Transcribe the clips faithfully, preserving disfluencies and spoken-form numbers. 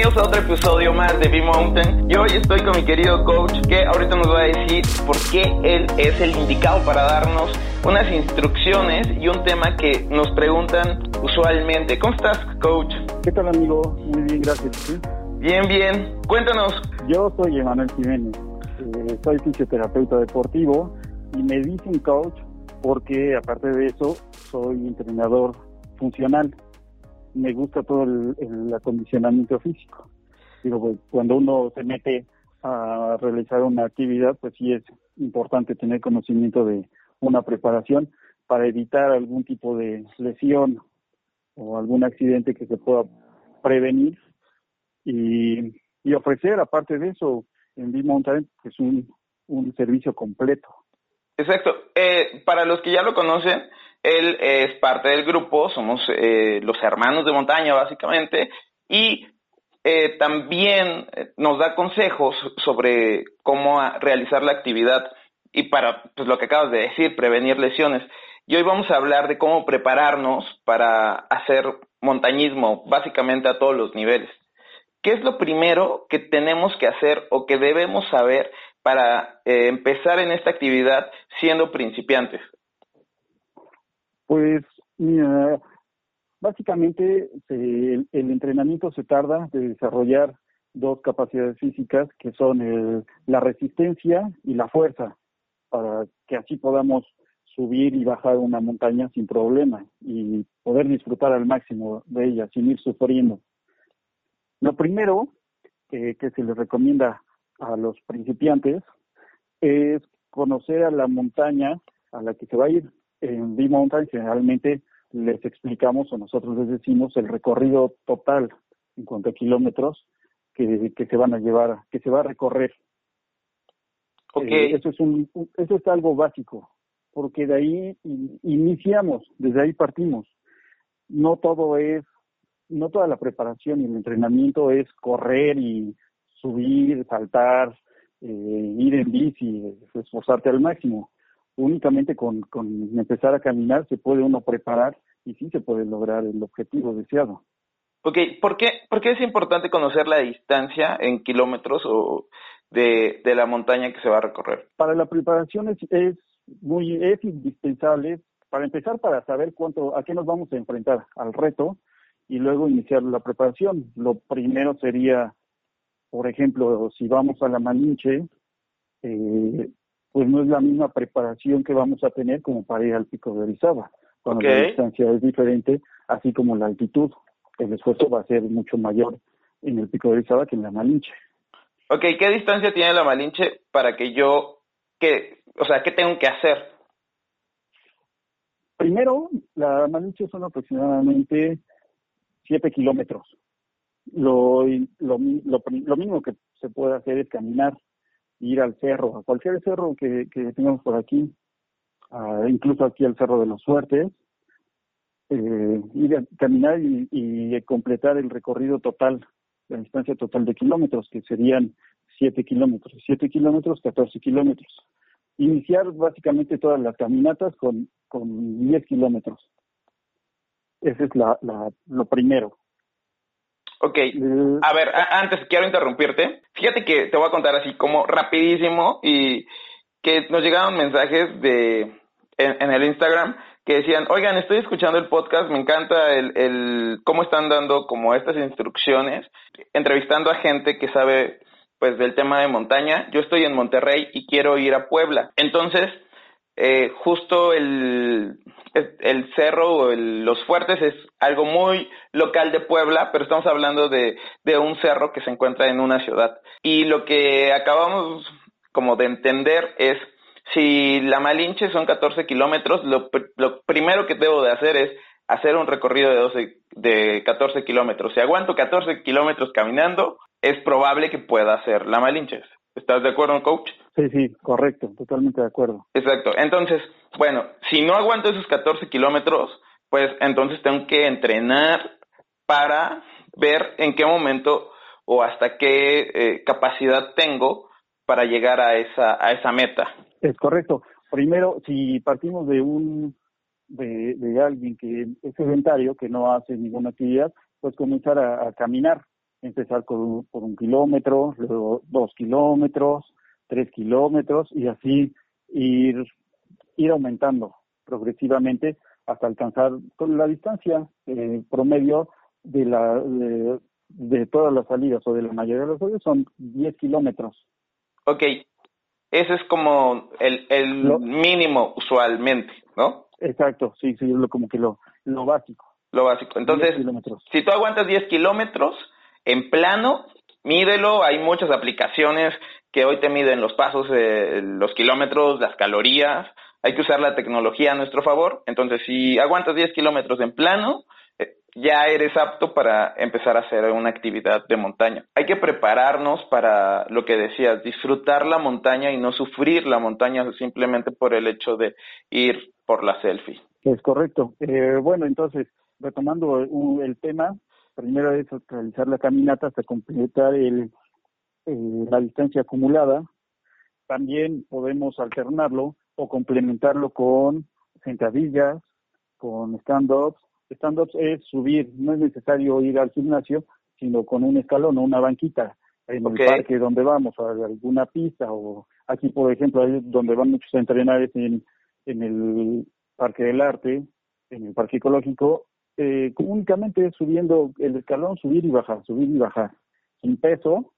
bienvenidos a otro episodio más de B-Mountain. Y hoy estoy con mi querido coach, que ahorita nos va a decir por qué él es el indicado para darnos unas instrucciones y un tema que nos preguntan usualmente. ¿Cómo estás, coach? ¿Qué tal, amigo? Muy bien, gracias. ¿Sí? Bien, bien. Cuéntanos. Yo soy Emanuel Jiménez, eh, soy fisioterapeuta deportivo y me dicen coach porque, aparte de eso, soy entrenador funcional. Me gusta todo el, el acondicionamiento físico. Digo, pues, cuando uno se mete a realizar una actividad, pues sí es importante tener conocimiento de una preparación para evitar algún tipo de lesión o algún accidente que se pueda prevenir y, y ofrecer, aparte de eso, en B-Mountain, pues un, un servicio completo. Exacto. Eh, para los que ya lo conocen, él es parte del grupo, somos eh, los hermanos de montaña básicamente, y eh, también nos da consejos sobre cómo realizar la actividad y para, pues lo que acabas de decir, prevenir lesiones. Y hoy vamos a hablar de cómo prepararnos para hacer montañismo, básicamente a todos los niveles. ¿Qué es lo primero que tenemos que hacer o que debemos saber para eh, empezar en esta actividad siendo principiantes? Pues, mira, básicamente se, el, el entrenamiento se tarda de desarrollar dos capacidades físicas que son el, la resistencia y la fuerza, para que así podamos subir y bajar una montaña sin problema y poder disfrutar al máximo de ella sin ir sufriendo. Lo primero eh, que se les recomienda a los principiantes es conocer a la montaña a la que se va a ir. En B-Mountain generalmente les explicamos o nosotros les decimos el recorrido total en cuanto a kilómetros que, que se van a llevar, que se va a recorrer. Okay. Eh, eso es un, eso es algo básico, porque de ahí iniciamos, desde ahí partimos. No todo es, no toda la preparación y el entrenamiento es correr y subir, saltar, eh, ir en bici, esforzarte al máximo. Únicamente con, con empezar a caminar se puede uno preparar y sí se puede lograr el objetivo deseado. Ok, ¿por qué, por qué es importante conocer la distancia en kilómetros o de, de la montaña que se va a recorrer? Para la preparación es, es muy es indispensable, para empezar, para saber cuánto a qué nos vamos a enfrentar, al reto, y luego iniciar la preparación. Lo primero sería, por ejemplo, si vamos a la Malinche, eh, pues no es la misma preparación que vamos a tener como para ir al Pico de Orizaba. Cuando Okay. La distancia es diferente, así como la altitud, el esfuerzo va a ser mucho mayor en el Pico de Orizaba que en la Malinche. Ok, ¿qué distancia tiene la Malinche para que yo, que, o sea, qué tengo que hacer? Primero, la Malinche son aproximadamente siete kilómetros. Lo, lo, lo, lo mínimo que se puede hacer es caminar, ir al cerro, a cualquier cerro que, que tengamos por aquí, uh, incluso aquí al Cerro de los Fuertes, eh, ir a caminar y, y completar el recorrido total, la distancia total de kilómetros, que serían siete kilómetros, siete kilómetros, catorce kilómetros. Iniciar básicamente todas las caminatas con, con diez kilómetros. Ese es la, la, lo primero. Ok, a ver, a- antes quiero interrumpirte. Fíjate que te voy a contar así como rapidísimo y que nos llegaron mensajes de en, en el Instagram que decían, oigan, estoy escuchando el podcast, me encanta el, el cómo están dando como estas instrucciones, entrevistando a gente que sabe pues del tema de montaña. Yo estoy en Monterrey y quiero ir a Puebla. Entonces, eh, justo el, el cerro o el, los fuertes es algo muy local de Puebla, pero estamos hablando de, de un cerro que se encuentra en una ciudad. Y lo que acabamos como de entender es, si la Malinche son catorce kilómetros, lo, lo primero que debo de hacer es hacer un recorrido de doce, de catorce kilómetros. Si aguanto catorce kilómetros caminando, es probable que pueda hacer la Malinche. ¿Estás de acuerdo, coach? Sí, sí, correcto, totalmente de acuerdo. Exacto. Entonces, bueno, si no aguanto esos catorce kilómetros, pues entonces tengo que entrenar para ver en qué momento o hasta qué eh, capacidad tengo para llegar a esa a esa meta. Es correcto. Primero, si partimos de un de, de alguien que es sedentario, que no hace ninguna actividad, pues comenzar a, a caminar. empezar con, por un kilómetro, luego dos kilómetros, tres kilómetros y así ir, ir aumentando progresivamente hasta alcanzar con la distancia eh, promedio de la de, de todas las salidas o de la mayoría de las salidas son diez kilómetros. Ok, ese es como el, el Lo, mínimo usualmente, ¿no? exacto, sí, sí, es lo, como que lo, lo básico. Lo básico. Entonces, si tú aguantas diez kilómetros en plano, mídelo. Hay muchas aplicaciones que hoy te miden los pasos, eh, los kilómetros, las calorías. Hay que usar la tecnología a nuestro favor. Entonces, si aguantas diez kilómetros en plano, eh, ya eres apto para empezar a hacer una actividad de montaña. Hay que prepararnos para lo que decías, disfrutar la montaña y no sufrir la montaña simplemente por el hecho de ir por la selfie. Es correcto. Eh, bueno, entonces, retomando el, el tema, primero es realizar la caminata hasta completar el, eh, la distancia acumulada. También podemos alternarlo o complementarlo con sentadillas, con stand-ups. Stand-ups es subir, no es necesario ir al gimnasio, sino con un escalón o una banquita en okay. el parque donde vamos, a alguna pista, o aquí, por ejemplo, ahí donde van muchos a entrenar es en, en el Parque del Arte, en el Parque Ecológico, eh, únicamente subiendo el escalón, subir y bajar, subir y bajar, sin peso,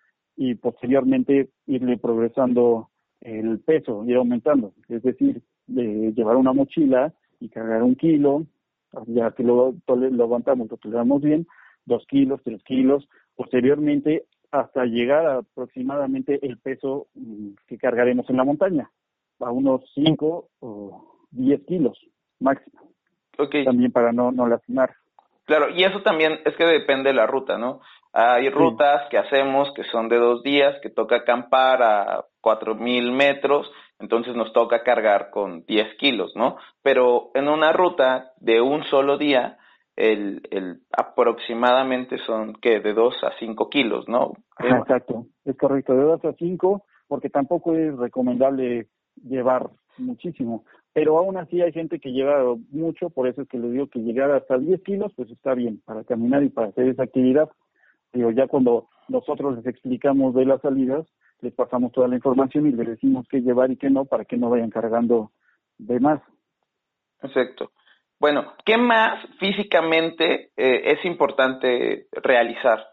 y posteriormente irle progresando el peso, ir aumentando, es decir, de llevar una mochila y cargar un kilo, ya que lo, lo aguantamos, lo toleramos bien, dos kilos, tres kilos, posteriormente hasta llegar a aproximadamente el peso que cargaremos en la montaña, a unos cinco o diez kilos máximo. Okay. También para no, no lastimar. Claro, y eso también es que depende de la ruta, ¿no? Hay rutas sí. que hacemos que son de dos días, que toca acampar a cuatro mil metros, entonces nos toca cargar con diez kilos, ¿no? Pero en una ruta de un solo día, el, el aproximadamente son, ¿qué? De dos a cinco kilos, ¿no? Ajá, exacto, es correcto, de dos a cinco, porque tampoco es recomendable llevar muchísimo. Pero aún así hay gente que lleva mucho, por eso es que les digo que llegar hasta diez kilos, pues está bien para caminar y para hacer esa actividad. Digo, ya cuando nosotros les explicamos de las salidas, les pasamos toda la información y les decimos qué llevar y qué no, para que no vayan cargando de más. Exacto. Bueno, ¿qué más físicamente eh, es importante realizar?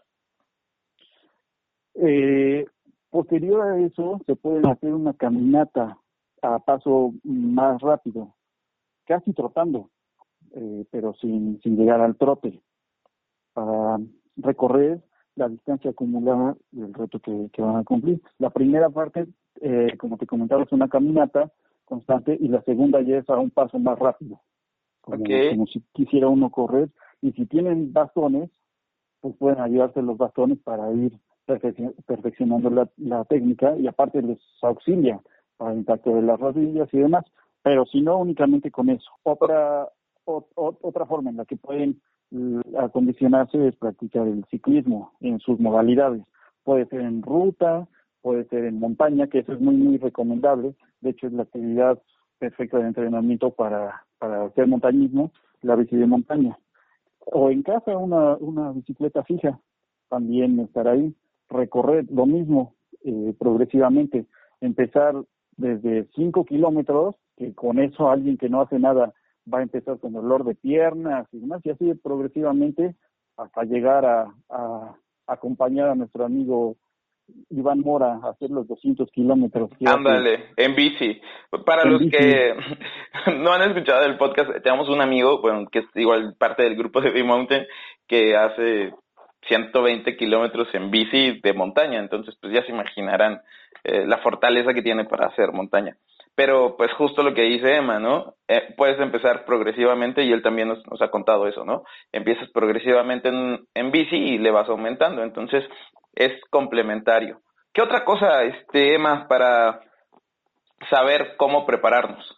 Eh, posterior a eso, se puede hacer una caminata a paso más rápido, casi trotando, eh, pero sin, sin llegar al trote, para recorrer la distancia acumulada del reto que, que van a cumplir. La primera parte, eh, como te comentaba, es una caminata constante y la segunda ya es a un paso más rápido, como, okay. como si quisiera uno correr. Y si tienen bastones, pues pueden ayudarse los bastones para ir perfec- perfeccionando la, la técnica y aparte les auxilia para el impacto de las rodillas y demás, pero si no, únicamente con eso. Otra o, o, otra forma en la que pueden uh, acondicionarse es practicar el ciclismo en sus modalidades. Puede ser en ruta, puede ser en montaña, que eso es muy, muy recomendable. De hecho, es la actividad perfecta de entrenamiento para, para hacer montañismo, la bici de montaña. O en casa una, una bicicleta fija, también estar ahí, recorrer lo mismo eh, progresivamente, empezar desde cinco kilómetros, que con eso alguien que no hace nada va a empezar con dolor de piernas y demás, y así progresivamente hasta llegar a, a acompañar a nuestro amigo Iván Mora a hacer los doscientos kilómetros. Ándale, en bici. Para en los bici. que no han escuchado el podcast, tenemos un amigo, bueno, que es igual parte del grupo de B-Mountain, que hace ciento veinte kilómetros en bici de montaña, entonces pues ya se imaginarán eh, la fortaleza que tiene para hacer montaña. Pero pues justo lo que dice Emma, ¿no? Eh, puedes empezar progresivamente y él también nos, nos ha contado eso, ¿no? Empiezas progresivamente en, en bici y le vas aumentando, entonces es complementario. ¿Qué otra cosa, este, Emma, para saber cómo prepararnos?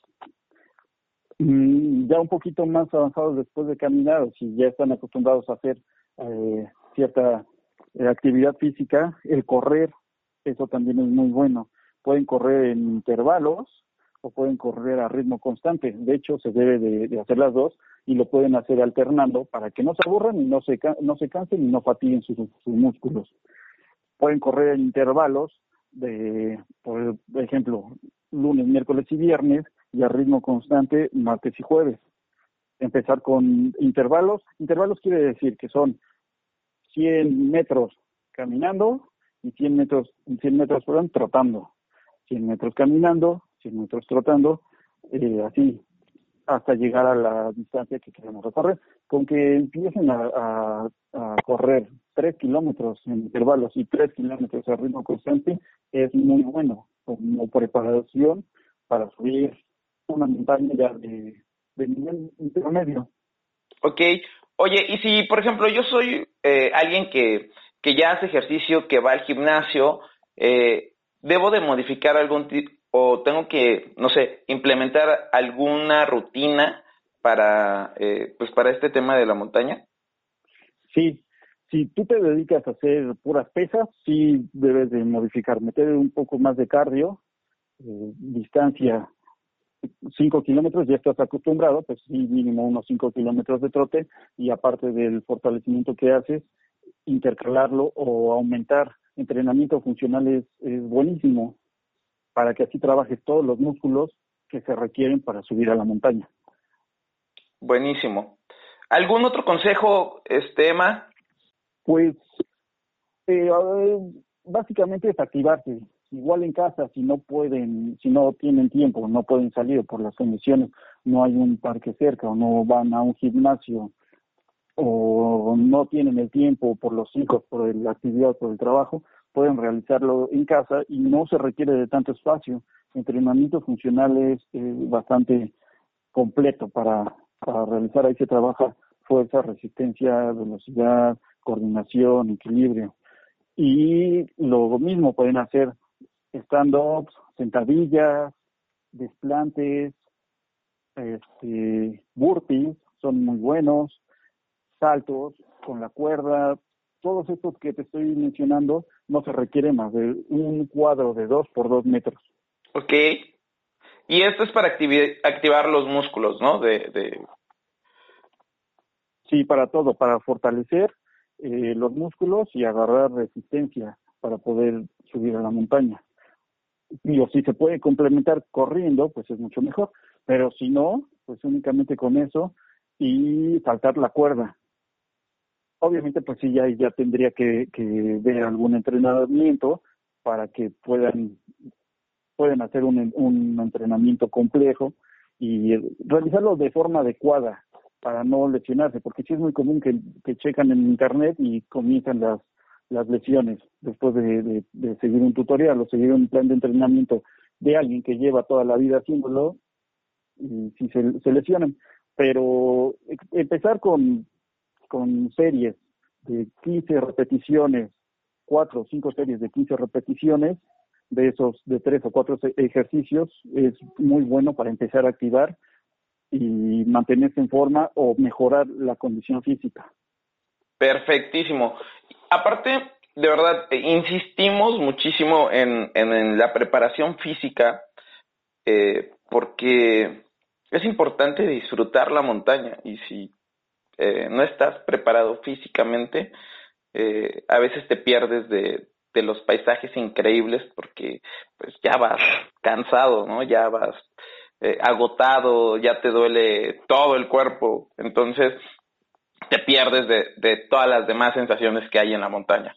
Mm, ya un poquito más avanzados después de caminar, o si ya están acostumbrados a hacer eh, cierta eh, actividad física, el correr, eso también es muy bueno. Pueden correr en intervalos o pueden correr a ritmo constante. De hecho, se debe de, de hacer las dos y lo pueden hacer alternando para que no se aburran y no se, no se cansen y no fatiguen sus, sus músculos. Pueden correr en intervalos de, por ejemplo, lunes, miércoles y viernes y a ritmo constante martes y jueves. Empezar con intervalos. Intervalos quiere decir que son cien metros caminando y cien metros, cien metros perdón, trotando. cien metros caminando, cien metros trotando, eh, así hasta llegar a la distancia que queremos recorrer. Con que empiecen a, a, a correr tres kilómetros en intervalos y tres kilómetros a ritmo constante es muy bueno como preparación para subir una montaña ya de, de nivel intermedio. Ok. Oye, y si, por ejemplo, yo soy eh, alguien que, que ya hace ejercicio, que va al gimnasio, eh, ¿debo de modificar algún tipo o tengo que, no sé, implementar alguna rutina para, eh, pues para este tema de la montaña? Sí, si tú te dedicas a hacer puras pesas, sí debes de modificar, meter un poco más de cardio, eh, distancia cinco kilómetros, ya estás acostumbrado, pues sí, mínimo unos cinco kilómetros de trote y aparte del fortalecimiento que haces, intercalarlo o aumentar. Entrenamiento funcional es, es buenísimo para que así trabajes todos los músculos que se requieren para subir a la montaña. Buenísimo. ¿Algún otro consejo, este, Emma? Pues eh, básicamente es activarse. Igual en casa, si no pueden, si no tienen tiempo, no pueden salir por las condiciones, no hay un parque cerca o no van a un gimnasio o no tienen el tiempo por los hijos, por la actividad, por el trabajo, pueden realizarlo en casa y no se requiere de tanto espacio. Entrenamiento funcional es eh, bastante completo para, para realizar. Ahí se trabaja fuerza, resistencia, velocidad, coordinación, equilibrio. Y lo mismo pueden hacer stand-ups, sentadillas, desplantes, este, burpees, son muy buenos, saltos con la cuerda, todos estos que te estoy mencionando no se requiere más de un cuadro de dos por dos metros. Ok. Y esto es para activi- activar los músculos, ¿no? De, de... Sí, para todo, para fortalecer eh, los músculos y agarrar resistencia para poder subir a la montaña. Digo, si se puede complementar corriendo, pues es mucho mejor, pero si no, pues únicamente con eso y saltar la cuerda. Obviamente, pues sí, ya, ya tendría que, que ver algún entrenamiento para que puedan, puedan hacer un, un entrenamiento complejo y realizarlo de forma adecuada para no lesionarse, porque sí es muy común que, que checan en internet y comienzan las, las lesiones después de, de, de seguir un tutorial o seguir un plan de entrenamiento de alguien que lleva toda la vida haciéndolo y si se, se lesionan. Pero empezar con con series de quince repeticiones, cuatro o cinco series de quince repeticiones, de esos de tres o cuatro ejercicios, es muy bueno para empezar a activar y mantenerse en forma o mejorar la condición física. Perfectísimo. Aparte, de verdad, eh, insistimos muchísimo en, en, en la preparación física, eh, porque es importante disfrutar la montaña y si eh, no estás preparado físicamente, eh, a veces te pierdes de, de los paisajes increíbles porque pues ya vas cansado, ¿no? Ya vas eh, agotado, ya te duele todo el cuerpo, entonces te pierdes de, de todas las demás sensaciones que hay en la montaña.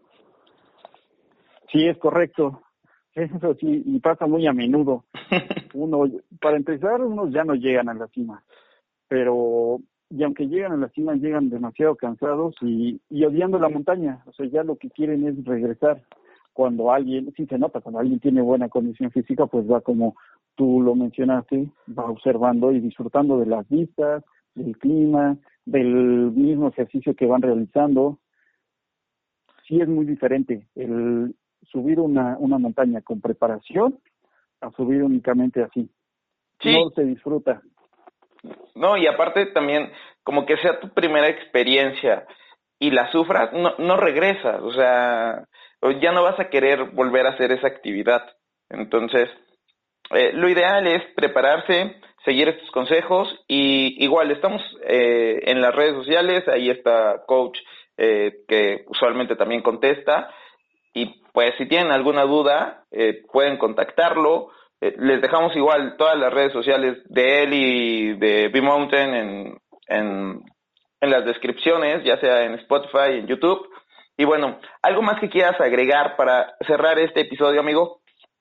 Sí, es correcto. Eso sí, y pasa muy a menudo. Uno, para empezar, unos ya no llegan a la cima, pero y aunque llegan a la cima, llegan demasiado cansados y, y odiando la montaña. O sea, ya lo que quieren es regresar. Cuando alguien, sí se nota, cuando alguien tiene buena condición física, pues va como tú lo mencionaste, va observando y disfrutando de las vistas, del clima, del mismo ejercicio que van realizando. Sí es muy diferente el subir una, una montaña con preparación a subir únicamente así. Sí, No se disfruta. no, y aparte también, como que sea tu primera experiencia y la sufras, no, no regresas, o sea, ya no vas a querer volver a hacer esa actividad. Entonces, eh, lo ideal es prepararse, seguir estos consejos y igual estamos eh, en las redes sociales, ahí está Coach eh, que usualmente también contesta y pues si tienen alguna duda eh, pueden contactarlo. Eh, les dejamos igual todas las redes sociales de él y de B-Mountain en, en, en las descripciones, ya sea en Spotify, en YouTube. Y bueno, ¿algo más que quieras agregar para cerrar este episodio, amigo?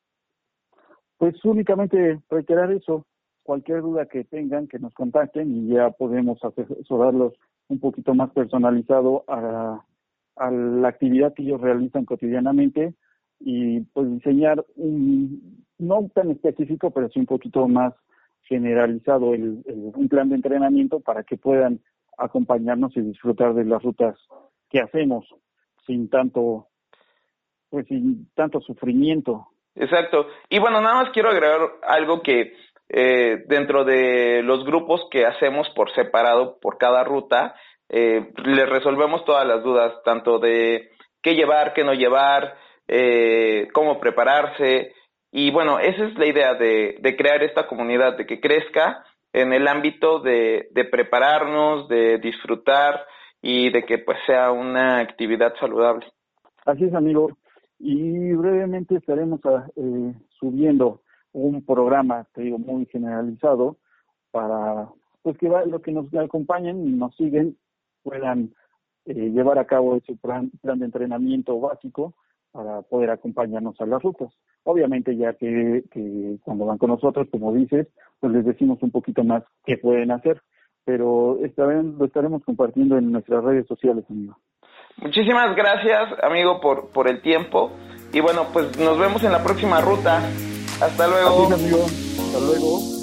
Pues únicamente reiterar eso, cualquier duda que tengan, que nos contacten y ya podemos asesorarlos un poquito más personalizado a, a la actividad que ellos realizan cotidianamente y pues diseñar un, no tan específico, pero sí un poquito más generalizado el, el, un plan de entrenamiento para que puedan acompañarnos y disfrutar de las rutas que hacemos sin tanto, pues sin tanto sufrimiento. Exacto. Y bueno, nada más quiero agregar algo que eh, dentro de los grupos que hacemos por separado por cada ruta, eh, les resolvemos todas las dudas, tanto de qué llevar, qué no llevar, eh, cómo prepararse. Y bueno, esa es la idea de, de crear esta comunidad, de que crezca en el ámbito de, de prepararnos, de disfrutar y de que pues sea una actividad saludable. Así es, amigo. Y brevemente estaremos eh, subiendo un programa, te digo, muy generalizado para pues que va, los que nos acompañen y nos siguen puedan eh, llevar a cabo ese plan, plan de entrenamiento básico para poder acompañarnos a las rutas. Obviamente ya que, que cuando van con nosotros, como dices, pues les decimos un poquito más qué pueden hacer, pero estaremos, lo estaremos compartiendo en nuestras redes sociales, amigo. Muchísimas gracias, amigo, por, por el tiempo. Y bueno, pues nos vemos en la próxima ruta. Hasta luego. Así es, amigo. Hasta luego.